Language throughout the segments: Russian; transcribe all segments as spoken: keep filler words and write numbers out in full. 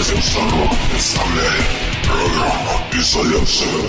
Радио Сорок представляет программу «Изоляция».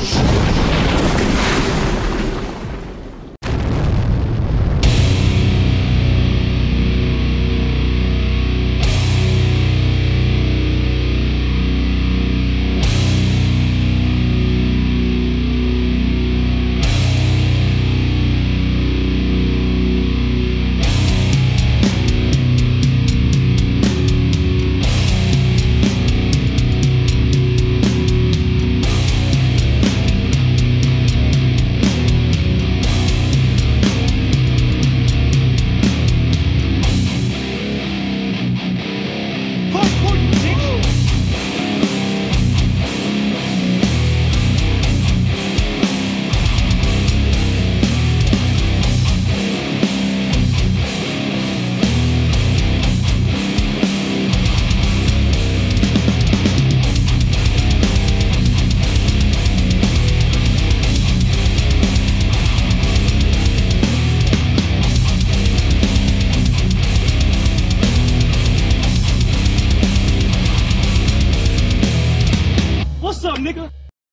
What's up, nigga?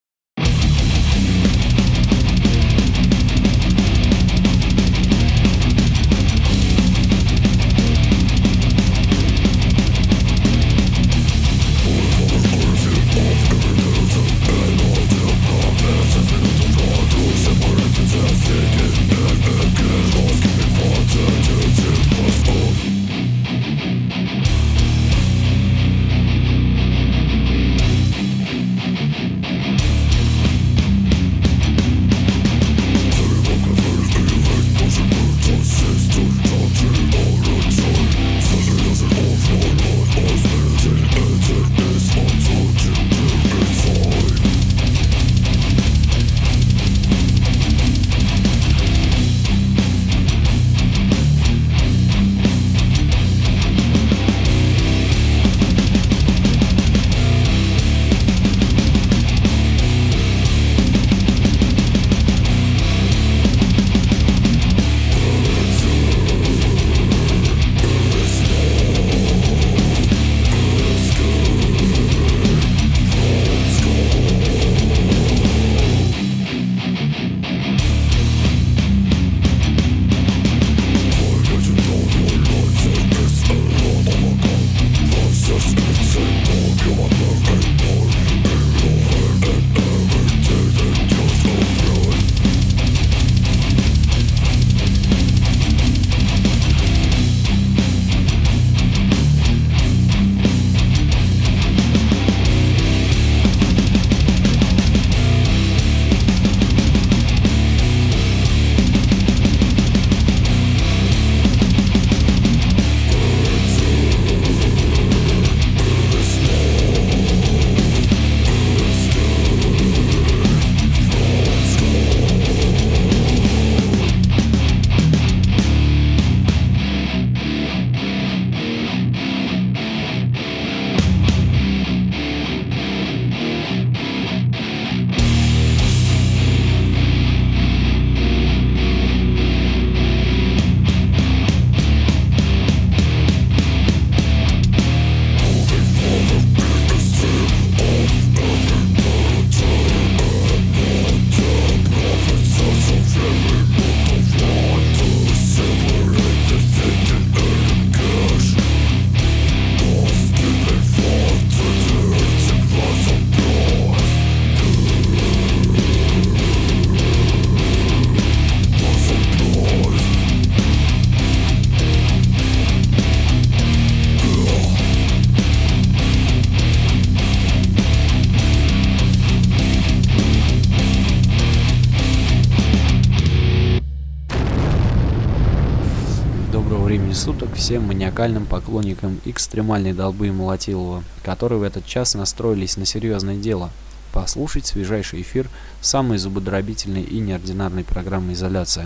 Суток всем маниакальным поклонникам экстремальной долбы и молотилова, которые в этот час настроились на серьезное дело, послушать свежайший эфир самой зубодробительной и неординарной программы «Изоляция».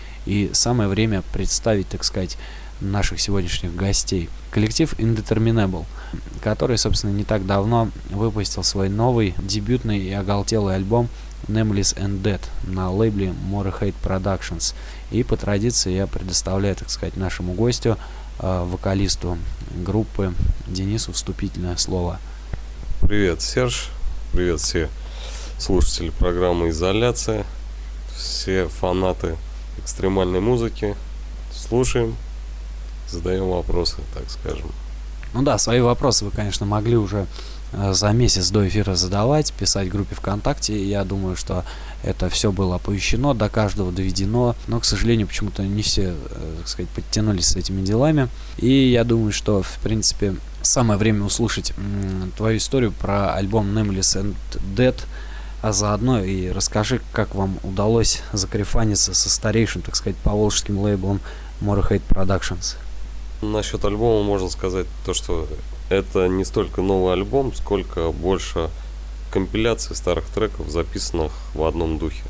И самое время представить, так сказать, наших сегодняшних гостей. Коллектив Indeterminable, который, собственно, не так давно выпустил свой новый дебютный и оголтелый альбом Nameless and Dead на лейбле Motorhead Productions. И по традиции я предоставляю, так сказать, нашему гостю, э, вокалисту группы Денису, вступительное слово. Привет, Серж. Привет все слушатели программы «Изоляция», все фанаты экстремальной музыки. Слушаем, задаем вопросы, так скажем. Ну да, свои вопросы вы, конечно, могли уже за месяц до эфира задавать, писать в группе ВКонтакте. Я думаю, что это все было оповещено, до каждого доведено. Но, к сожалению, почему-то не все, так сказать, подтянулись с этими делами. И я думаю, что, в принципе, самое время услышать м, твою историю про альбом Nameless and Dead. А заодно и расскажи, как вам удалось закарифаниться со старейшим, так сказать, поволжским лейблом Motorhead Productions. Насчет альбома можно сказать то, что это не столько новый альбом, сколько больше компиляций старых треков, записанных в одном духе.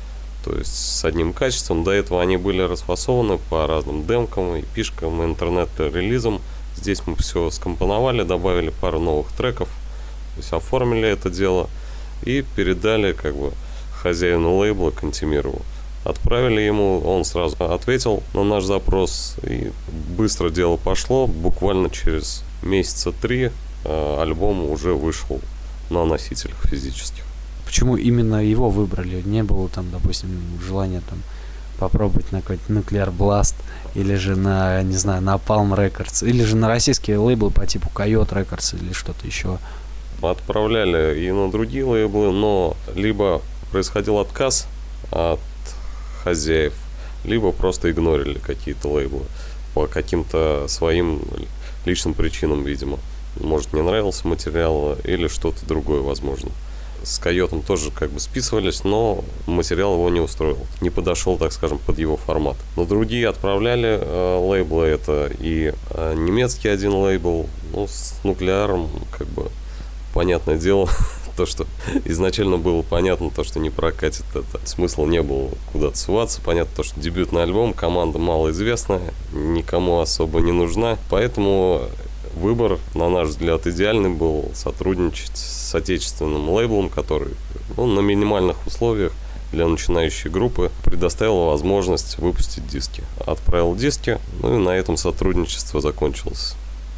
То есть с одним качеством. До этого они были расфасованы по разным демкам, и пишкам, и интернет-релизам. Здесь мы все скомпоновали, добавили пару новых треков, то есть оформили это дело и передали как бы хозяину лейбла Кантемирову. Отправили ему, он сразу ответил на наш запрос, и быстро дело пошло. Буквально через месяца три э, альбом уже вышел на носителях физических. Почему именно его выбрали? Не было там, допустим, желания там попробовать на какой-то Nuclear Blast или же на, не знаю, на Palm Records, или же на российские лейблы по типу Coyote Records или что-то еще? Отправляли и на другие лейблы, но либо происходил отказ от хозяев, либо просто игнорили какие-то лейблы по каким-то своим личным причинам, видимо. Может, не нравился материал или что-то другое, возможно. С Койотом тоже как бы списывались, но материал его не устроил. Не подошел, так скажем, под его формат. Но другие отправляли э, лейблы. Это и э, немецкий один лейбл, ну, с Нуклеаром, как бы, понятное дело, то, что изначально было понятно, то, что не прокатит это. Смысла не было куда-то суваться. Понятно, то, что дебютный альбом, команда малоизвестная, никому особо не нужна. Поэтому выбор, на наш взгляд, идеальный был сотрудничать с отечественным лейблом, который, ну, на минимальных условиях для начинающей группы предоставил возможность выпустить диски. Отправил диски, ну и на этом сотрудничество закончилось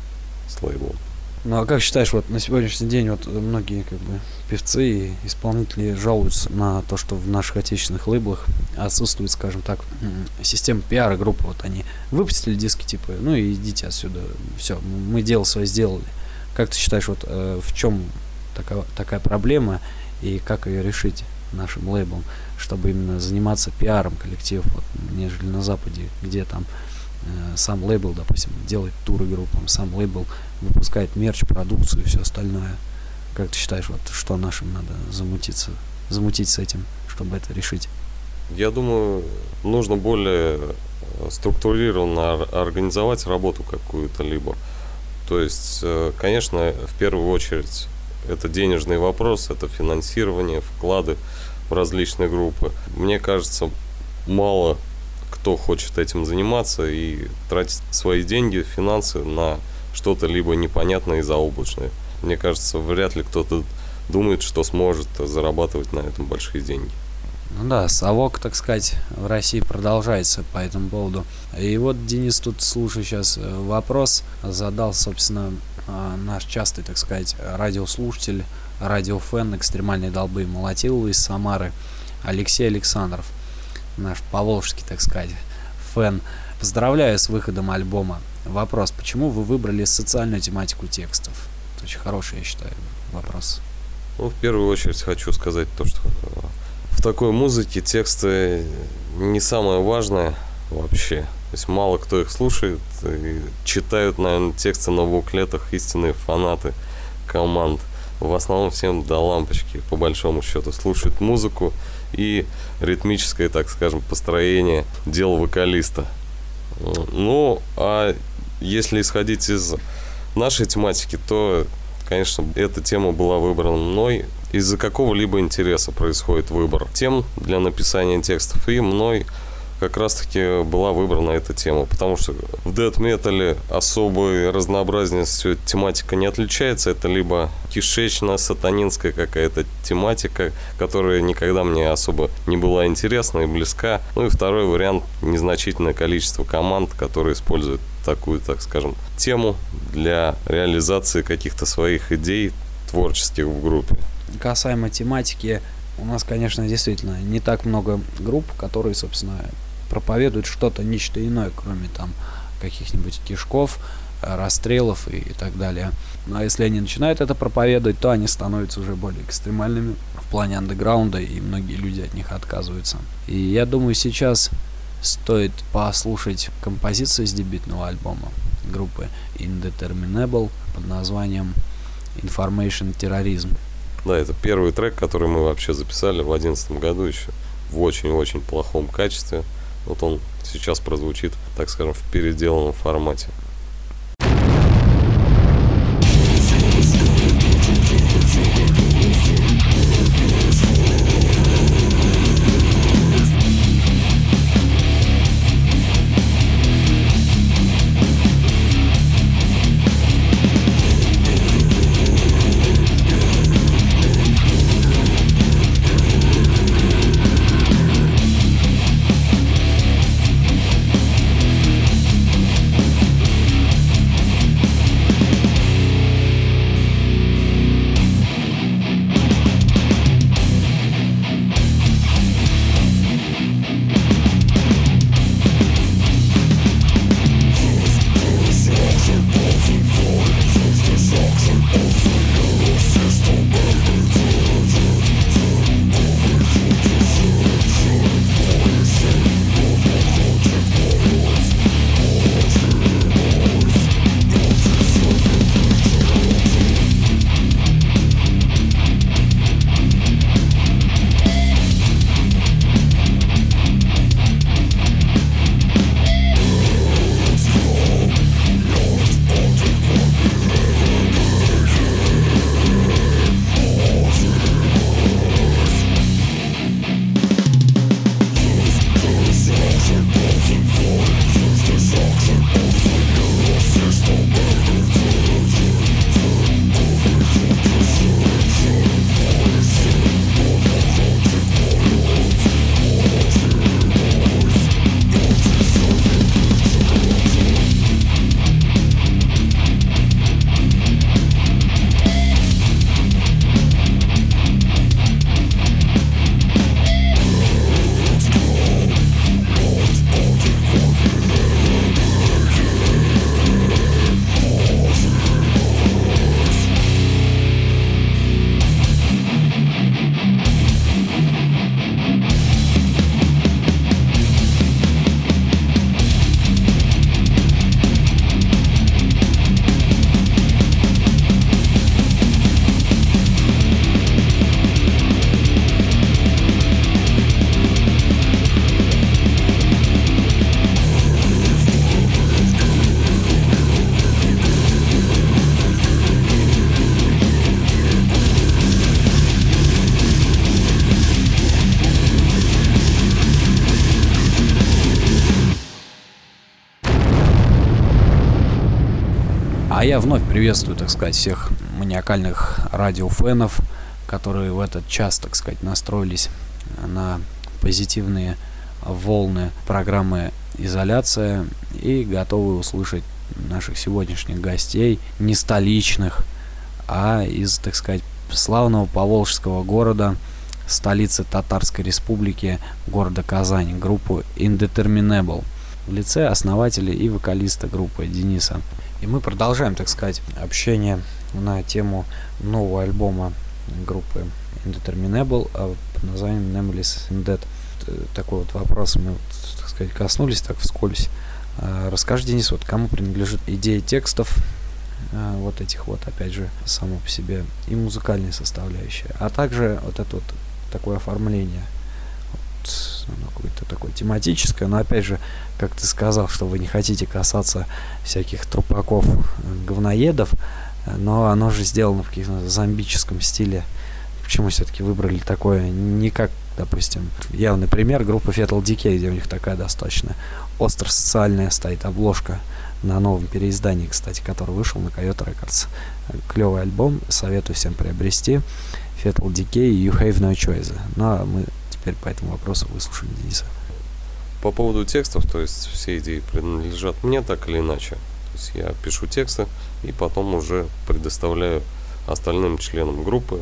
с лейблом. Ну а как считаешь, вот на сегодняшний день вот многие как бы певцы и исполнители жалуются на то, что в наших отечественных лейблах отсутствует, скажем так, система пиара группы. Вот они выпустили диски, типа, ну и идите отсюда, все, мы дело свое сделали. Как ты считаешь, вот э, в чем такая, такая проблема и как ее решить нашим лейблом, чтобы именно заниматься пиаром коллективов, вот, нежели на Западе, где там сам лейбл, допустим, делает туры группам, сам лейбл выпускает мерч, продукцию и все остальное. Как ты считаешь, вот что нашим надо замутиться, замутить с этим, чтобы это решить? Я думаю, нужно более структурированно организовать работу какую-то либо. То есть, конечно, в первую очередь это денежный вопрос, это финансирование, вклады в различные группы. Мне кажется, мало кто хочет этим заниматься и тратить свои деньги, финансы на что-то либо непонятное и заоблачное. Мне кажется, вряд ли кто-то думает, что сможет зарабатывать на этом большие деньги. Ну да, совок, так сказать, в России продолжается по этому поводу. И вот Денис тут, слушай, сейчас вопрос задал, собственно, наш частый, так сказать, радиослушатель, радиофэн экстремальной долбы Молотилова из Самары Алексей Александров. Наш поволжский, так сказать, фэн. Поздравляю с выходом альбома. Вопрос, почему вы выбрали социальную тематику текстов? Это очень хороший, я считаю, вопрос. Ну, в первую очередь хочу сказать то, что в такой музыке тексты не самое важное вообще. То есть мало кто их слушает. И читают, наверное, тексты на буклетах истинные фанаты команд. В основном всем до лампочки, по большому счету, слушают музыку и ритмическое, так скажем, построение дел вокалиста. Ну, а если исходить из нашей тематики, то, конечно, эта тема была выбрана мной. Из-за какого-либо интереса происходит выбор тем для написания текстов, и мной как раз-таки была выбрана эта тема, потому что в дэт-метале особой разнообразностью тематика не отличается. Это либо кишечно-сатанинская какая-то тематика, которая никогда мне особо не была интересна и близка. Ну и второй вариант — незначительное количество команд, которые используют такую, так скажем, тему для реализации каких-то своих идей, творческих в группе. Касаемо тематики, у нас, конечно, действительно не так много групп, которые, собственно, проповедуют что-то, нечто иное, кроме там каких-нибудь кишков, расстрелов и, и так далее. Но если они начинают это проповедовать, то они становятся уже более экстремальными в плане андеграунда, и многие люди от них отказываются. И я думаю, сейчас стоит послушать композицию с дебютного альбома группы Indeterminable под названием Information Terrorism. Да, это первый трек, который мы вообще записали в две тысячи одиннадцатом году еще в очень-очень плохом качестве. Вот он сейчас прозвучит, так скажем, в переделанном формате. А я вновь приветствую, так сказать, всех маниакальных радиофенов, которые в этот час, так сказать, настроились на позитивные волны программы «Изоляция» и готовы услышать наших сегодняшних гостей, не столичных, а из, так сказать, славного поволжского города, столицы Татарской Республики, города Казань, группу Indeterminable в лице основателя и вокалиста группы Дениса. И мы продолжаем, так сказать, общение на тему нового альбома группы Indeterminable под названием Nameless in Dead. Такой вот вопрос мы, так сказать, коснулись так вскользь. Расскажи, Денис, вот кому принадлежит идея текстов, вот этих вот, опять же, само по себе и музыкальная составляющая, а также вот это вот такое оформление, вот, ну, какое-то такое тематическое, но опять же, как ты сказал, что вы не хотите касаться всяких трупаков, говноедов, но оно же сделано в каком-то зомбическом стиле. Почему все-таки выбрали такое? Не как, допустим, явный пример группы Fatal Decay, где у них такая достаточно остро социальная стоит обложка на новом переиздании, кстати, который вышел на Coyote Records. Клевый альбом, советую всем приобрести. Fatal Decay, You Have No Choice. Ну а мы теперь по этому вопросу выслушаем Дениса. По поводу текстов, то есть все идеи принадлежат мне так или иначе. То есть я пишу тексты и потом уже предоставляю остальным членам группы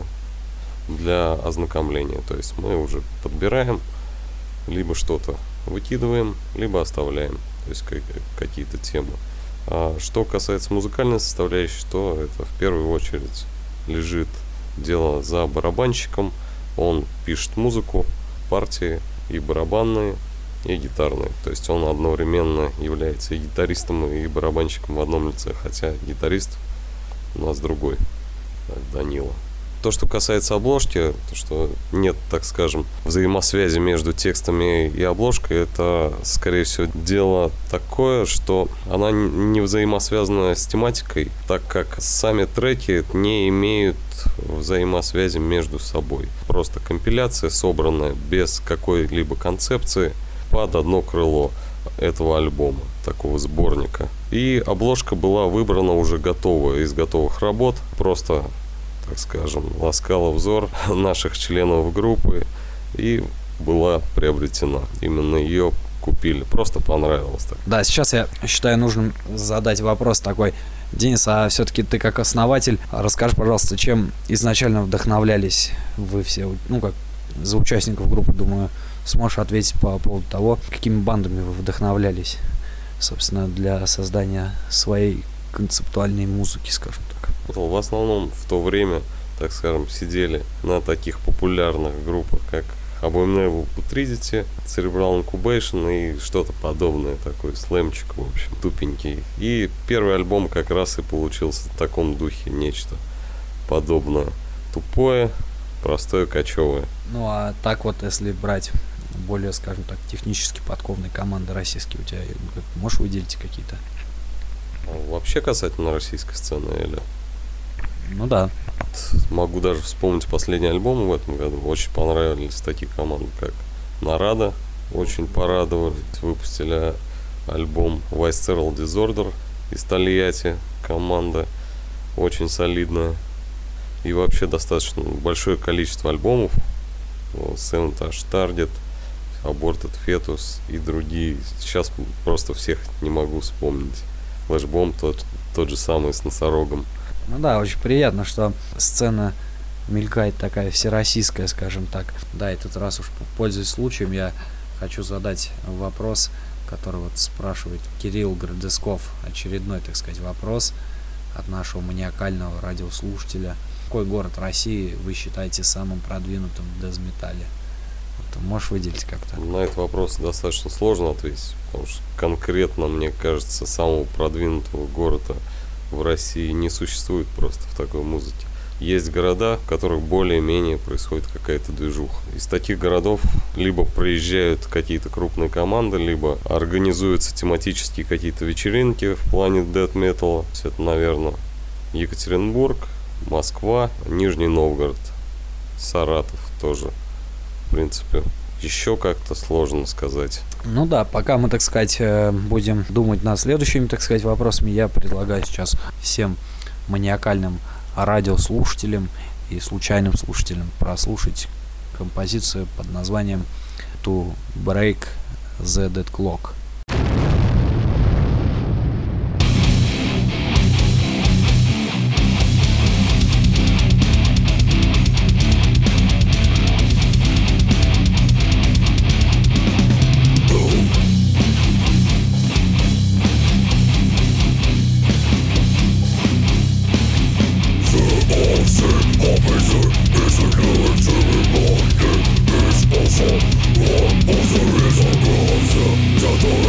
для ознакомления. То есть мы уже подбираем, либо что-то выкидываем, либо оставляем, то есть какие-то темы. А что касается музыкальной составляющей, то это в первую очередь лежит дело за барабанщиком. Он пишет музыку, партии и барабанные, и гитарные. То есть он одновременно является и гитаристом, и барабанщиком в одном лице, хотя гитарист у нас другой, Данила. То, что касается обложки, то, что нет, так скажем, взаимосвязи между текстами и обложкой, это, скорее всего, дело такое, что она не взаимосвязана с тематикой, так как сами треки не имеют взаимосвязи между собой. Просто компиляция, собранная без какой-либо концепции под одно крыло этого альбома, такого сборника. И обложка была выбрана уже готовая, из готовых работ, просто, так скажем, ласкала взор наших членов группы и была приобретена. Именно ее купили, просто понравилось так. Да, сейчас я считаю нужным задать вопрос такой. Денис, а все-таки ты как основатель, расскажи, пожалуйста, чем изначально вдохновлялись вы все, ну как за участников группы, думаю, сможешь ответить по поводу того, какими бандами вы вдохновлялись, собственно, для создания своей концептуальной музыки, скажем так. В основном в то время, так скажем, сидели на таких популярных группах, как Abominable Putridity, Cerebral Incubation и что-то подобное, такой слэмчик, в общем, тупенький. И первый альбом как раз и получился в таком духе, нечто подобное. Тупое, простое, кочевое. Ну а так вот, если брать более, скажем так, технически подкованные команды российские, у тебя можешь выделить какие-то? Вообще касательно российской сцены или? Ну да. Могу даже вспомнить последний альбом в этом году. Очень понравились такие команды, как Нарада. Очень порадовали. Выпустили альбом Visceral Disorder из Тольятти. Команда очень солидная. И вообще достаточно большое количество альбомов. Sabotage Target, Aborted Fetus и другие. Сейчас просто всех не могу вспомнить. Флэшбомб тот, тот же самый с Носорогом. Ну да, очень приятно, что сцена мелькает такая всероссийская, скажем так. Да, и тут раз уж пользуясь случаем, я хочу задать вопрос, который вот спрашивает Кирилл Градесков. Очередной, так сказать, вопрос от нашего маниакального радиослушателя. Какой город России вы считаете самым продвинутым в дэз-металле? Вот, можешь выделить как-то? На этот вопрос достаточно сложно ответить, потому что конкретно, мне кажется, самого продвинутого города в России не существует просто в такой музыке. Есть города, в которых более-менее происходит какая-то движуха. Из таких городов либо приезжают какие-то крупные команды, либо организуются тематические какие-то вечеринки в плане дэт-металла. Это, наверное, Екатеринбург, Москва, Нижний Новгород, Саратов тоже, в принципе. Еще как-то сложно сказать. Ну да, пока мы, так сказать, будем думать над следующими, так сказать, вопросами, я предлагаю сейчас всем маниакальным радиослушателям и случайным слушателям прослушать композицию под названием To Break the Dead Clock. All the reason goes,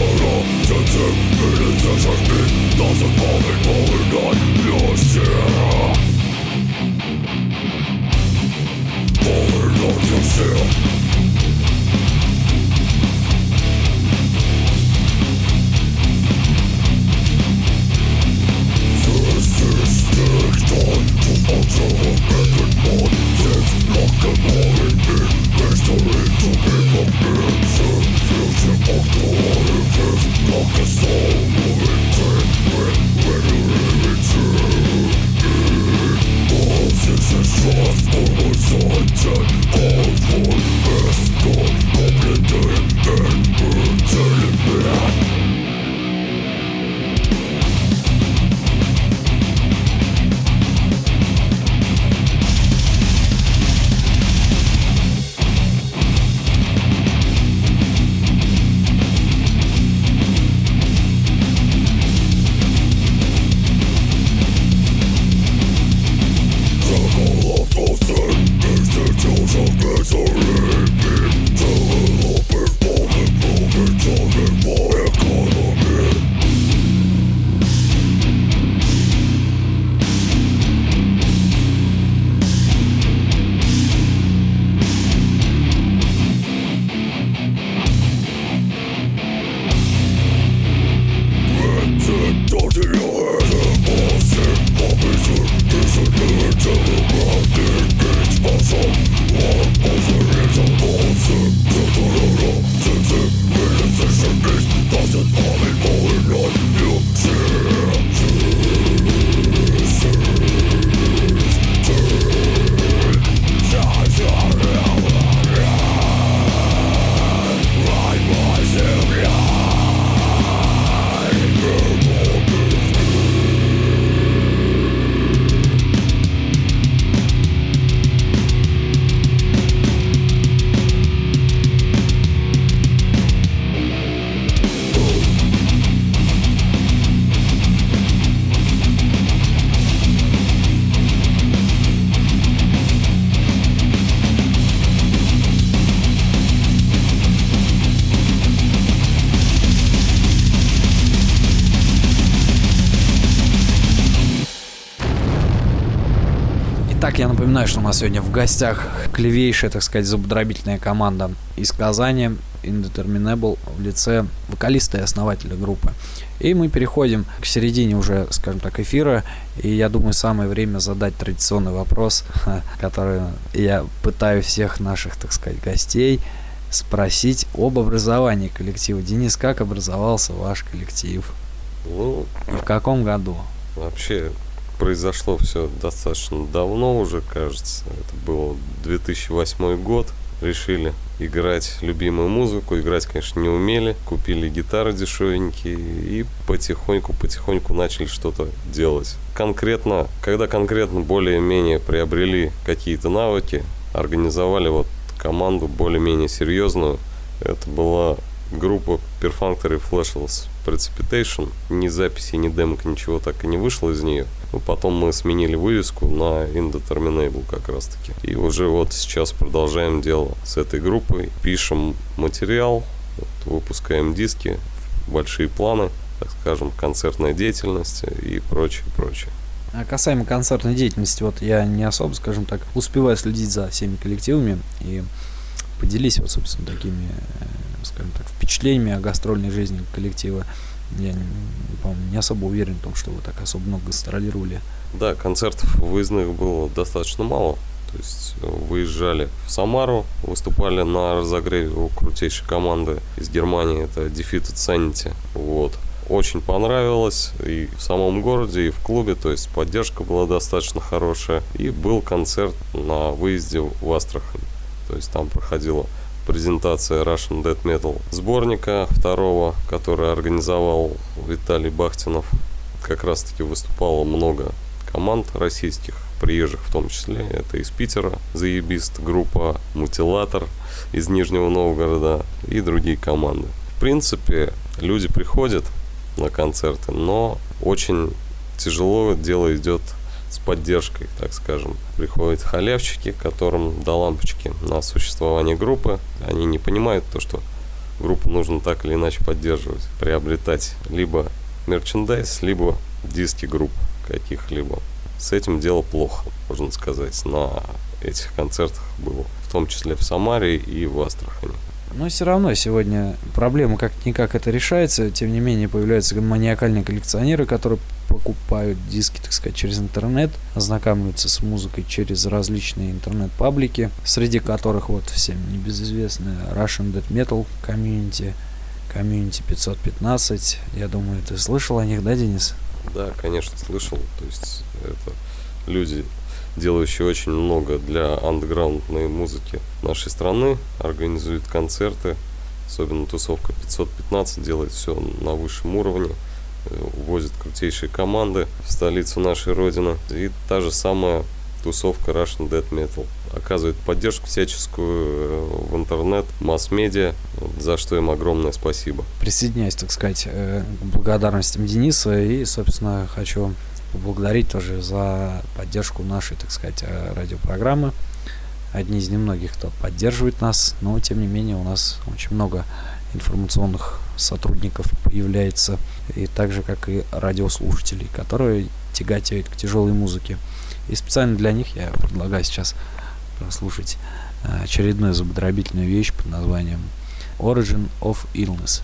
Итак, я напоминаю, что у нас сегодня в гостях клевейшая, так сказать, зубодробительная команда из Казани, Indeterminable, в лице вокалиста и основателя группы. И мы переходим к середине уже, скажем так, эфира. И я думаю, самое время задать традиционный вопрос, который я пытаю всех наших, так сказать, гостей спросить об образовании коллектива. Денис, как образовался ваш коллектив? Ну, и в каком году? Вообще произошло все достаточно давно уже, кажется. Это был две тысячи восьмой год. Решили играть любимую музыку. Играть, конечно, не умели. Купили гитары дешевенькие и потихоньку-потихоньку начали что-то делать. Конкретно, когда конкретно более-менее приобрели какие-то навыки, организовали вот команду более-менее серьезную. Это была группа Perfunctory Flashless Precipitation. Ни записи, ни демок, ничего так и не вышло из нее. Но потом мы сменили вывеску на Indeterminable как раз таки. И уже вот сейчас продолжаем дело с этой группой. Пишем материал, вот, выпускаем диски, большие планы, так скажем, концертная деятельность и прочее, прочее. А касаемо концертной деятельности, вот я не особо, скажем так, успеваю следить за всеми коллективами, и поделись вот, собственно, такими, скажем так, впечатлениями о гастрольной жизни коллектива. Я, по-моему, не особо уверен в том, что вы так особо много гастролировали. Да, концертов выездных было достаточно мало. То есть выезжали в Самару, выступали на разогреве у крутейшей команды из Германии, это Defeated Sanity. Вот. Очень понравилось и в самом городе, и в клубе, то есть поддержка была достаточно хорошая. И был концерт на выезде в Астрахань. То есть там проходила презентация Russian Death Metal сборника второго, который организовал Виталий Бахтинов. Как раз таки выступало много команд российских, приезжих в том числе. Это из Питера Заебист, группа Мутилатор из Нижнего Новгорода и другие команды. В принципе, люди приходят на концерты, но очень тяжело дело идет с поддержкой, так скажем. Приходят халявщики, которым до лампочки на существование группы. Они не понимают то, что группу нужно так или иначе поддерживать, приобретать либо мерчендайз, либо диски групп каких-либо. С этим дело плохо, можно сказать, на этих концертах было, в том числе в Самаре и в Астрахани. Но все равно сегодня проблема как-никак это решается. Тем не менее, появляются маниакальные коллекционеры, которые покупают диски, так сказать, через интернет, ознакомливаются с музыкой через различные интернет-паблики, среди которых вот всем небезызвестная Russian Death Metal Community, Community пятьсот пятнадцать. Я думаю, ты слышал о них, да, Денис? Да, конечно, слышал. То есть это люди, делающие очень много для андеграундной музыки нашей страны, организуют концерты, особенно тусовка пятьсот пятнадцать делает все на высшем уровне, увозят крутейшие команды в столицу нашей родины. И та же самая тусовка Russian Death Metal оказывает поддержку всяческую в интернет, масс-медиа, за что им огромное спасибо. Присоединяюсь, так сказать, к благодарностям Дениса и, собственно, хочу поблагодарить тоже за поддержку нашей, так сказать, радиопрограммы. Одни из немногих, кто поддерживает нас, но, тем не менее, у нас очень много информационных сотрудников появляется, и так же, как и радиослушателей, которые тяготеют к тяжелой музыке. И специально для них я предлагаю сейчас прослушать очередную зубодробительную вещь под названием Origin of Illness.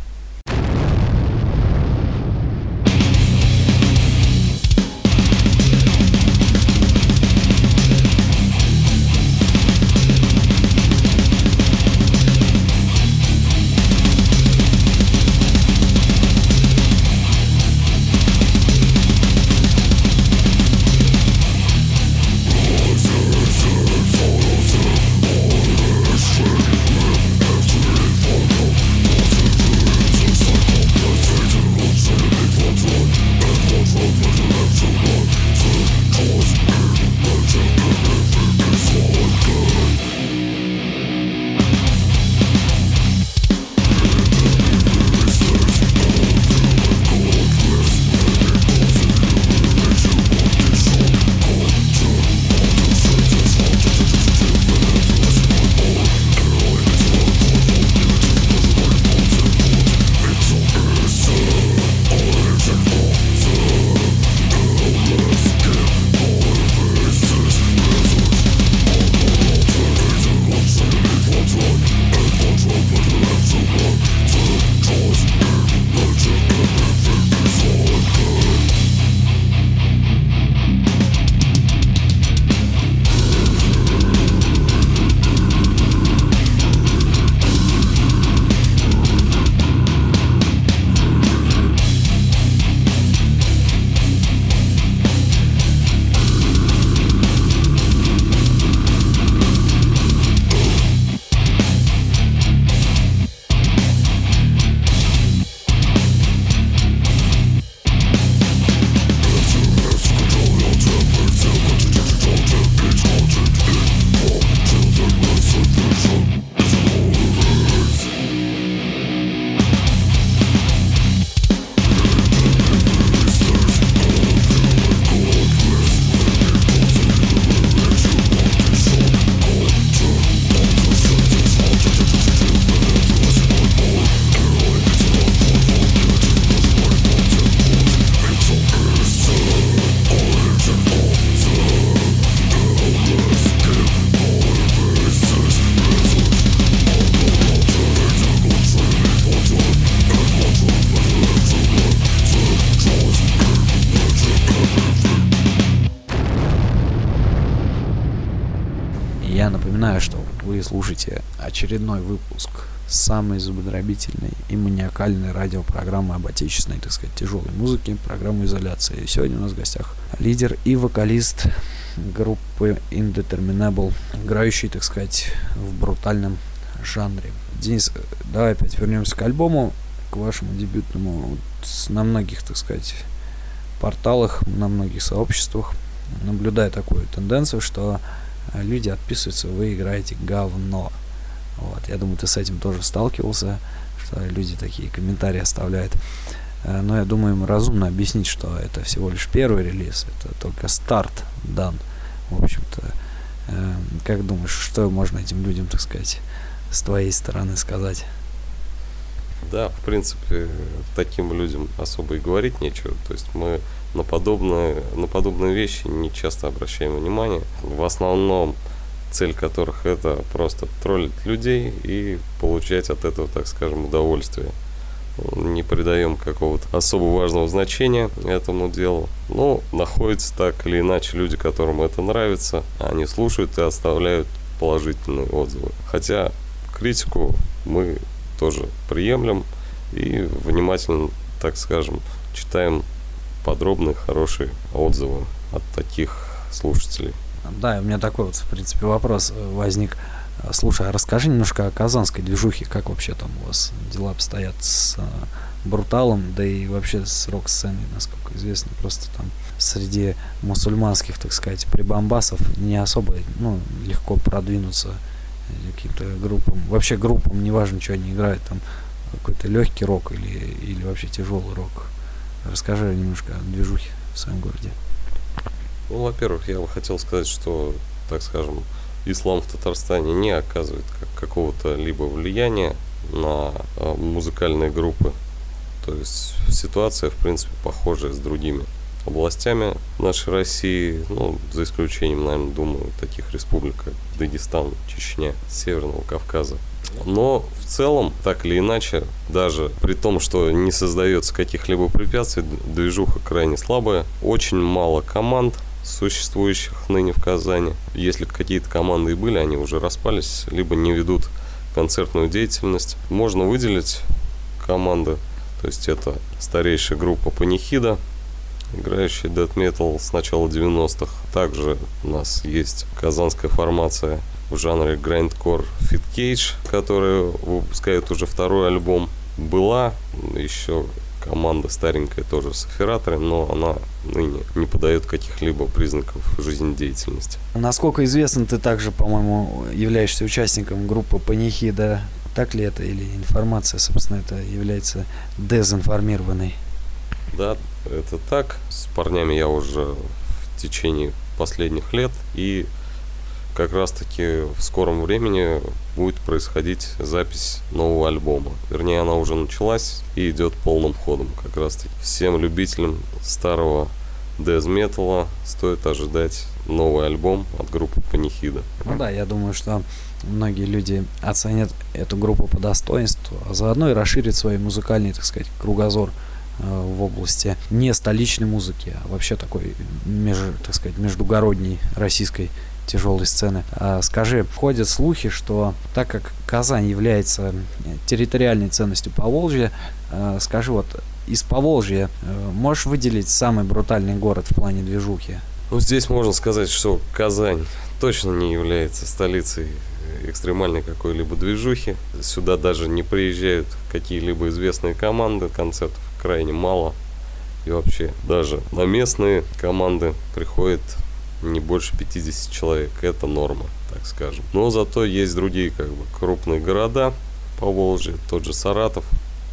Follow the Напоминаю, что вы слушаете очередной выпуск самой зубодробительной и маниакальной радиопрограммы об отечественной, так сказать, тяжелой музыке, программу «Изоляция». И сегодня у нас в гостях лидер и вокалист группы Indeterminable, играющий, так сказать, в брутальном жанре. Денис, давай опять вернемся к альбому, к вашему дебютному. Вот на многих, так сказать, порталах, на многих сообществах наблюдаю такую тенденцию, что люди отписываются: вы играете говно. Вот. Я думаю, ты с этим тоже сталкивался, что люди такие комментарии оставляют. Но я думаю, им разумно объяснить, что это всего лишь первый релиз, это только старт дан. В общем-то, как думаешь, что можно этим людям, так сказать, с твоей стороны сказать? Да, в принципе, таким людям особо и говорить нечего. То есть мы на подобные, на подобные вещи не часто обращаем внимание. В основном цель которых это просто троллить людей и получать от этого, так скажем, удовольствие. Не придаем какого-то особо важного значения этому делу. Но находятся так или иначе люди, которым это нравится. Они слушают и оставляют положительные отзывы. Хотя критику мы тоже приемлем и внимательно, так скажем, читаем подробные, хорошие отзывы от таких слушателей. Да, у меня такой вот, в принципе, вопрос возник. Слушай, а расскажи немножко о казанской движухе, как вообще там у вас дела обстоят с а, бруталом, да и вообще с рок-сценой, насколько известно, просто там среди мусульманских, так сказать, прибамбасов не особо, ну, легко продвинуться каким-то группам, вообще группам, неважно, что они играют, там какой-то легкий рок или, или вообще тяжелый рок. Расскажи немножко о движухе в своем городе. Ну, во-первых, я бы хотел сказать, что, так скажем, ислам в Татарстане не оказывает как какого-то либо влияния на а, музыкальные группы. То есть ситуация, в принципе, похожая с другими областями нашей России, ну, за исключением, наверное, думаю, таких республик, как Дагестан, Чечня, Северного Кавказа. Но в целом, так или иначе, даже при том, что не создается каких-либо препятствий, движуха крайне слабая, очень мало команд, существующих ныне в Казани. Если какие-то команды и были, они уже распались, либо не ведут концертную деятельность. Можно выделить команды, то есть это старейшая группа Панихида, играющая дэт-метал с начала девяностых. Также у нас есть казанская формация в жанре грайндкор Fit Cage, которая выпускает уже второй альбом. Была еще команда старенькая тоже с офераторами, но она ныне не подает каких-либо признаков жизнедеятельности. Насколько известно, ты также, по-моему, являешься участником группы Панихида. Так ли это, или информация, собственно, это является дезинформированной? Да, это так. С парнями я уже в течение последних лет, и как раз-таки в скором времени будет происходить запись нового альбома. Вернее, она уже началась и идет полным ходом. Как раз-таки всем любителям старого дэз-металла стоит ожидать новый альбом от группы Панихида. Ну да, я думаю, что многие люди оценят эту группу по достоинству, а заодно и расширят свой музыкальный, так сказать, кругозор в области не столичной музыки, а вообще такой, меж, так сказать, междугородней российской тяжелой сцены. А скажи, ходят слухи, что так как Казань является территориальной ценностью Поволжья, а, скажи, вот из Поволжья можешь выделить самый брутальный город в плане движухи? Ну, здесь можно сказать, что Казань точно не является столицей экстремальной какой-либо движухи. Сюда даже не приезжают какие-либо известные команды, концертов крайне мало. И вообще даже на местные команды приходит не больше пятьдесят человек. Это норма, так скажем. Но зато есть другие как бы крупные города по Волжье. Тот же Саратов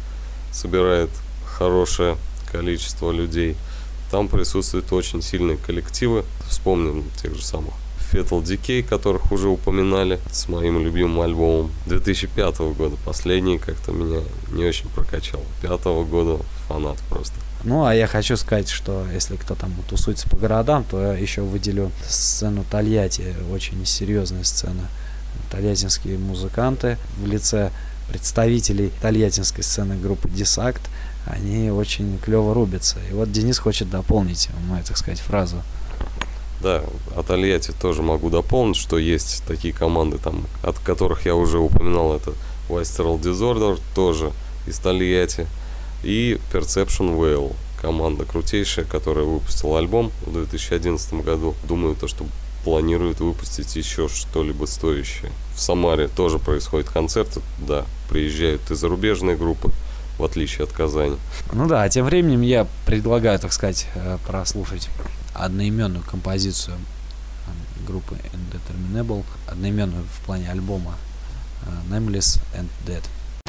собирает хорошее количество людей. Там присутствуют очень сильные коллективы. Вспомним тех же самых Fatal Decay, которых уже упоминали, с моим любимым альбомом две тысячи пятого года. Последний как-то меня не очень прокачал. Пятого года фанат просто. Ну, а я хочу сказать, что если кто там тусуется по городам, то я еще выделю сцену Тольятти. Очень серьезная сцена. Тольяттинские музыканты в лице представителей тольяттинской сцены группы Дисакт, они очень клево рубятся. И вот Денис хочет дополнить мою, так сказать, фразу. Да, от Тольятти тоже могу дополнить, что есть такие команды, там, от которых я уже упоминал, это Visceral Disorder, тоже из Тольятти, и Perception Whale, команда крутейшая, которая выпустила альбом в две тысячи одиннадцатом году. Думаю, то, что планирует выпустить еще что-либо стоящее. В Самаре тоже происходят концерты, да, приезжают и зарубежные группы, в отличие от Казани. Ну да, а тем временем я предлагаю, так сказать, прослушать одноименную композицию группы Indeterminable, одноименную в плане альбома Nameless and Dead.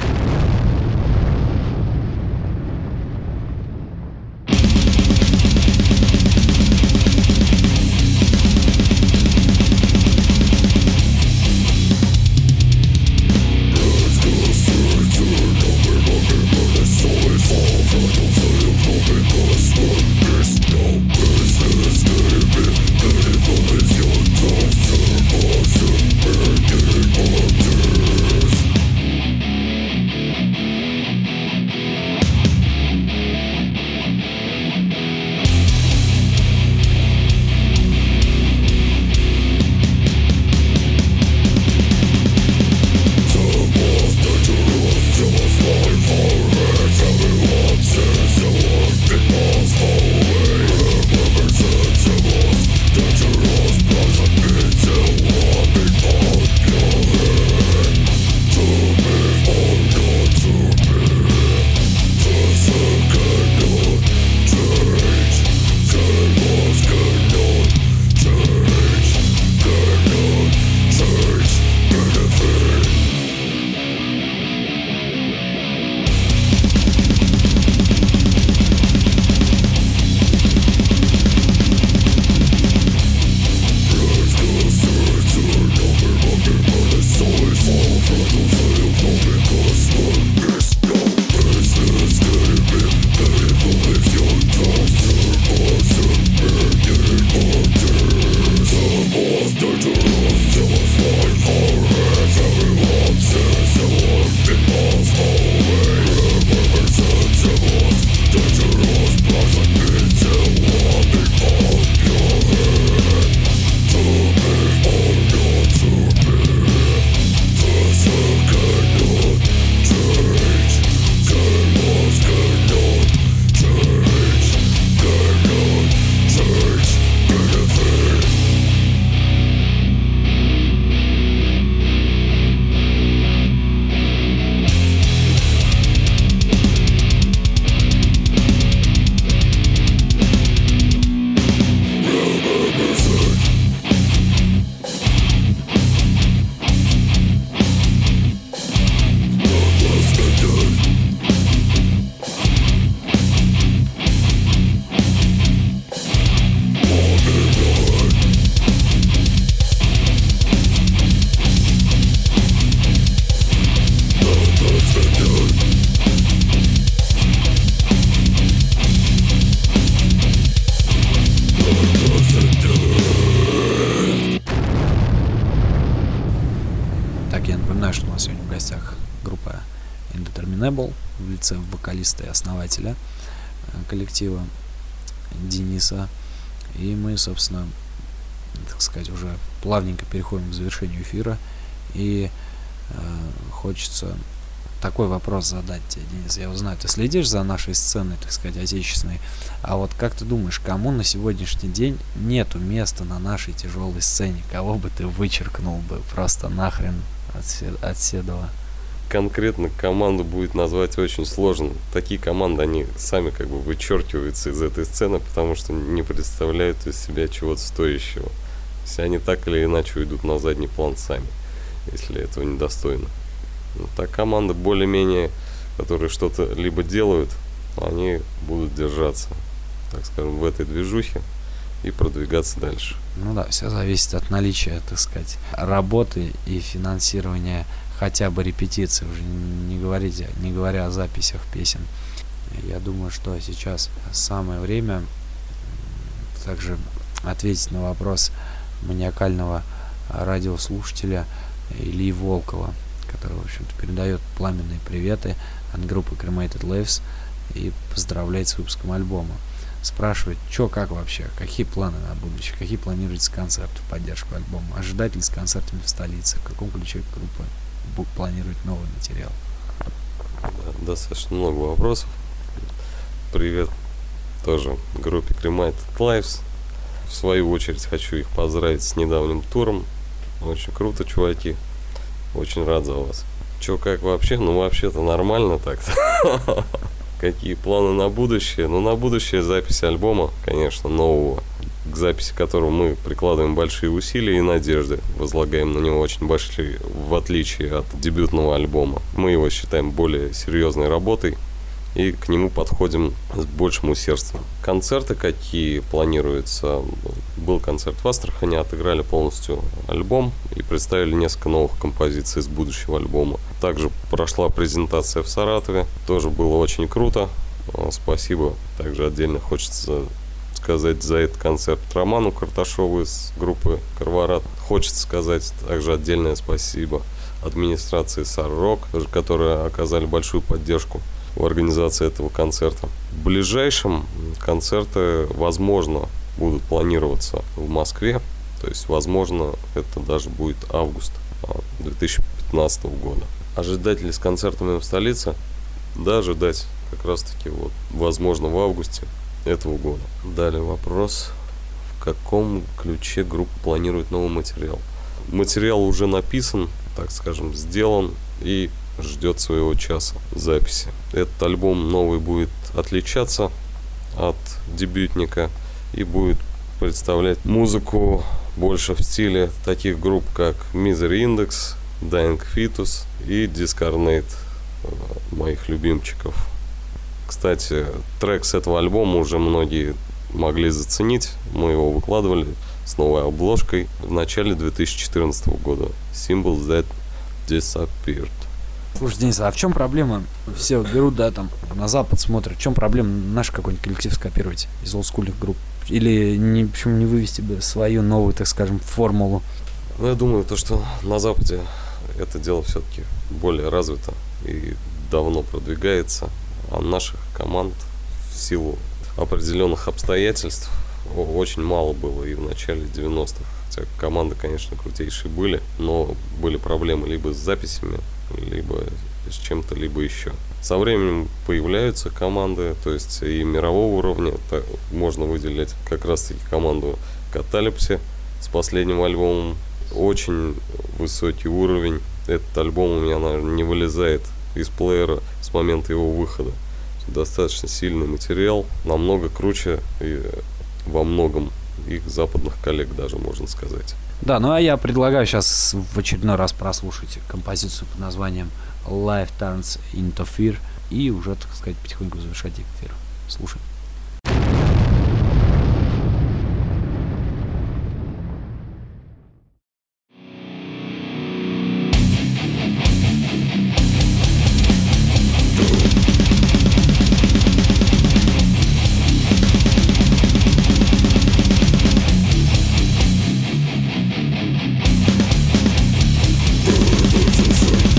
В лице вокалиста и основателя коллектива Дениса. И мы, собственно, так сказать, уже плавненько переходим к завершению эфира. И э, хочется такой вопрос задать тебе, Денис. Я узнаю, ты следишь за нашей сценой, так сказать, отечественной. А вот как ты думаешь, кому на сегодняшний день нету места на нашей тяжелой сцене? Кого бы ты вычеркнул бы просто нахрен от седова? Конкретно команду будет назвать очень сложно. Такие команды, они сами как бы вычеркиваются из этой сцены, потому что не представляют из себя чего-то стоящего. То есть они так или иначе уйдут на задний план сами, если этого недостойно. Ну, так команды более-менее, которые что-то либо делают, они будут держаться, так скажем, в этой движухе и продвигаться дальше. Ну да, все зависит от наличия, так сказать, работы и финансирования хотя бы репетиции, уже не говорите, не говоря о записях песен. Я думаю, что сейчас самое время также ответить на вопрос маниакального радиослушателя Ильи Волкова, который, в общем-то, передает пламенные приветы от группы Cremated Leaves и поздравляет с выпуском альбома. спрашивает, что, как вообще, какие планы на будущее, какие планируются концерты в поддержку альбома, ожидать ли с концертами в столице, в каком ключе группа бу- планирует новый материал. Да, достаточно много вопросов. Привет тоже группе Cremated Lives. В свою очередь хочу их поздравить с недавним туром. Очень круто, чуваки. Очень рад за вас. Чё, как вообще? Ну, вообще-то нормально так-то. Какие планы на будущее? Ну, на будущее запись альбома, конечно, нового, к записи которого мы прикладываем большие усилия и надежды, возлагаем на него очень большие, в отличие от дебютного альбома. Мы его считаем более серьезной работой и к нему подходим с большим усердством. Концерты какие планируются? Был концерт в Астрахани, отыграли полностью альбом и представили несколько новых композиций из будущего альбома. Также прошла презентация в Саратове, тоже было очень круто. Спасибо. Также отдельно хочется сказать за этот концерт Роману Карташову из группы Карварат. Хочется сказать также отдельное спасибо администрации Сар-Рок, которые оказали большую поддержку в организации этого концерта. В ближайшем концерты, возможно, будут планироваться в Москве. То есть, возможно, это даже будет август две тысячи пятнадцатого года. Ожидать ли с концертами в столице? Да, ожидать как раз-таки, вот, возможно, в августе этого года. Далее вопрос. В каком ключе группа планирует новый материал? Материал уже написан, так скажем, сделан и ждет своего часа записи. Этот альбом новый будет отличаться от дебютника и будет представлять музыку больше в стиле таких групп, как Misery Index, Dying Fetus и Discarnate, моих любимчиков. Кстати, трек с этого альбома уже многие могли заценить. Мы его выкладывали с новой обложкой в начале две тысячи четырнадцатого года. Symbols That Disappeared. Слушай, Денис, а в чем проблема? Все берут, да, там, на Запад смотрят. В чем проблема наш какой-нибудь коллектив скопировать из олдскульных групп? Или не, почему не вывести бы свою новую, так скажем, формулу? Ну, я думаю, то, что на Западе это дело все-таки более развито и давно продвигается, а наших команд в силу определенных обстоятельств очень мало было и в начале девяностых. Хотя команды, конечно, крутейшие были, но были проблемы либо с записями, либо с чем-то, либо еще. Со временем появляются команды, то есть и мирового уровня. Можно выделять как раз-таки команду Каталипси с последним альбомом. Очень высокий уровень. Этот альбом у меня, наверное, не вылезает из плеера с момента его выхода. Достаточно сильный материал, намного круче и во многом их западных коллег даже, можно сказать. Да, ну а я предлагаю сейчас в очередной раз прослушать композицию под названием Life Turns Into Fear и уже, так сказать, потихоньку завершать эфир. Слушай.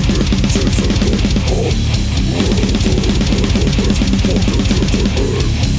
Burn.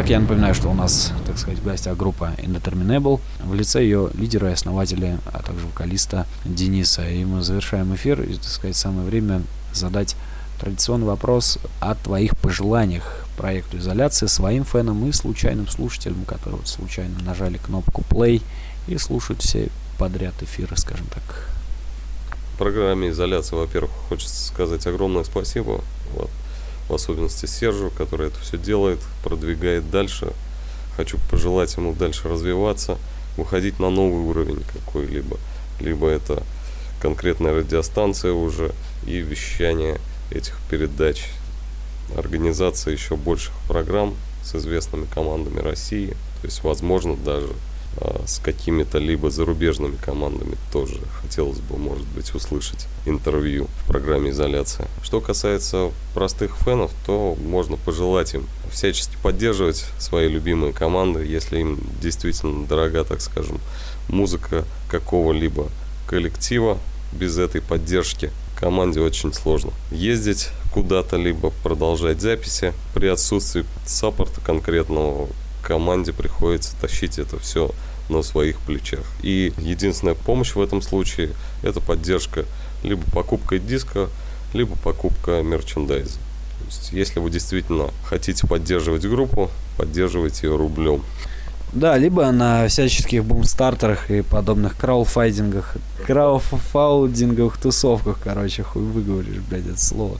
Итак, я напоминаю, что у нас, так сказать, в гостях группа Indeterminable в лице ее лидера и основателя, а также вокалиста Дениса. И мы завершаем эфир, и, так сказать, самое время задать традиционный вопрос о твоих пожеланиях проекту «Изоляция» своим фенам и случайным слушателям, которые вот случайно нажали кнопку play и слушают все подряд эфиры, скажем так. Программе «Изоляция», во-первых, хочется сказать огромное спасибо, вот, в особенности Сержу, который это все делает, продвигает дальше. Хочу пожелать ему дальше развиваться, выходить на новый уровень какой-либо, либо это конкретная радиостанция уже и вещание этих передач, организация еще больших программ с известными командами России, то есть, возможно, даже с какими-то либо зарубежными командами тоже хотелось бы, может быть, услышать интервью в программе «Изоляция». Что касается простых фенов, то можно пожелать им всячески поддерживать свои любимые команды, если им действительно дорога, так скажем, музыка какого-либо коллектива. Без этой поддержки команде очень сложно ездить куда-то, либо продолжать записи. При отсутствии саппорта конкретного команде приходится тащить это все на своих плечах. И единственная помощь в этом случае — это поддержка либо покупкой диска, либо покупка мерчендайза. То есть, если вы действительно хотите поддерживать группу, поддерживайте ее рублем. Да, либо на всяческих бумстартерах и подобных крауфайдингах, крауфаудинговых тусовках, короче, хуй выговоришь, блядь, это слово.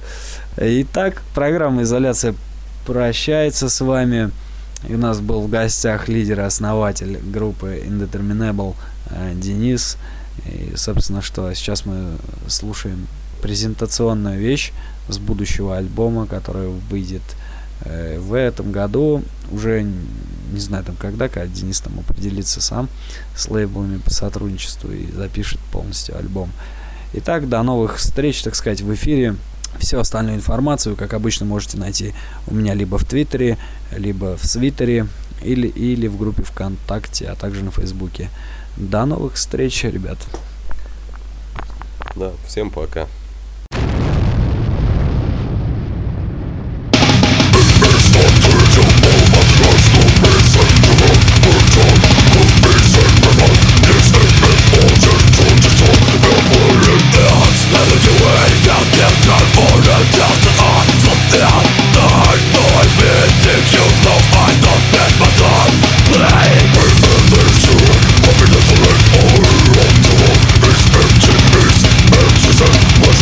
Итак, программа «Изоляция» прощается с вами. И у нас был в гостях лидер и основатель группы Indeterminable Денис. И, собственно, что сейчас мы слушаем презентационную вещь с будущего альбома, который выйдет э, в этом году. Уже не знаю там когда, когда Денис там определится сам с лейблами по сотрудничеству и запишет полностью альбом. Итак, до новых встреч, так сказать, в эфире. Всю остальную информацию, как обычно, можете найти у меня либо в Твиттере, либо в Свиттере, или, или в группе ВКонтакте, а также на Фейсбуке. До новых встреч, ребят. Да, всем пока. What's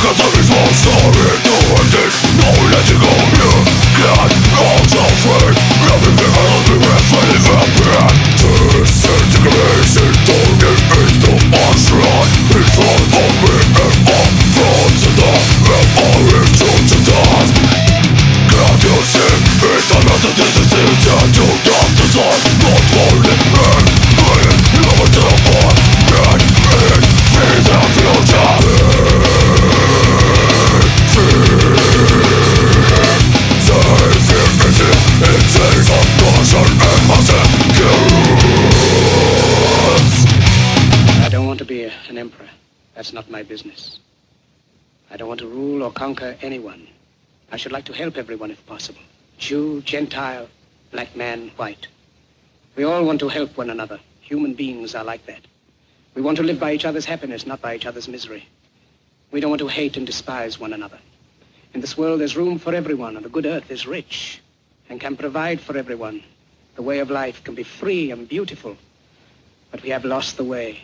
I don't want to be an emperor. That's not my business. I don't want to rule or conquer anyone. I should like to help everyone if possible. Jew, Gentile, black man, white. We all want to help one another. Human beings are like that. We want to live by each other's happiness, not by each other's misery. We don't want to hate and despise one another. In this world, there's room for everyone, and the good earth is rich and can provide for everyone. The way of life can be free and beautiful, but we have lost the way.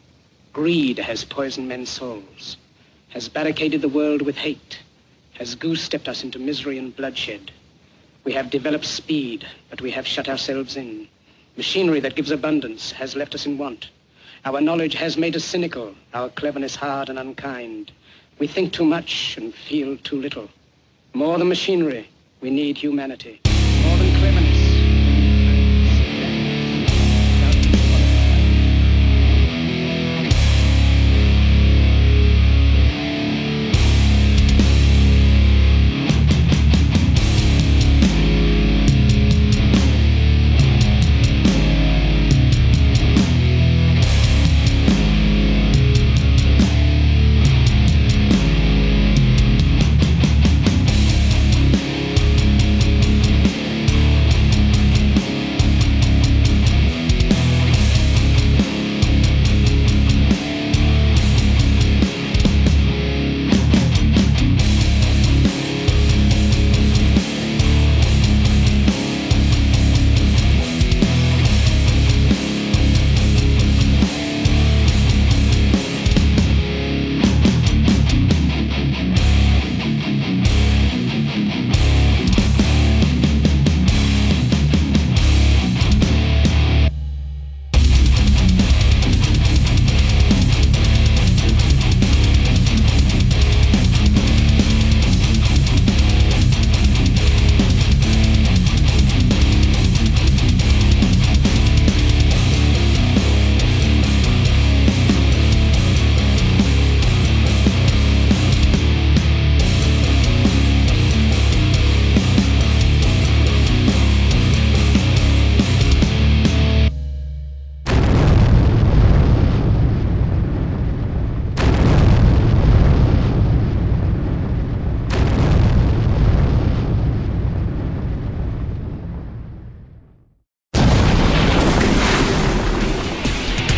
Greed has poisoned men's souls, has barricaded the world with hate, has goose-stepped us into misery and bloodshed. We have developed speed, but we have shut ourselves in. Machinery that gives abundance has left us in want. Our knowledge has made us cynical, our cleverness hard and unkind. We think too much and feel too little. More than machinery, we need humanity. More than cleverness,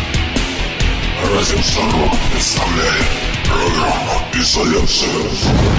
Радио Сорок представляет программу «Изоляция».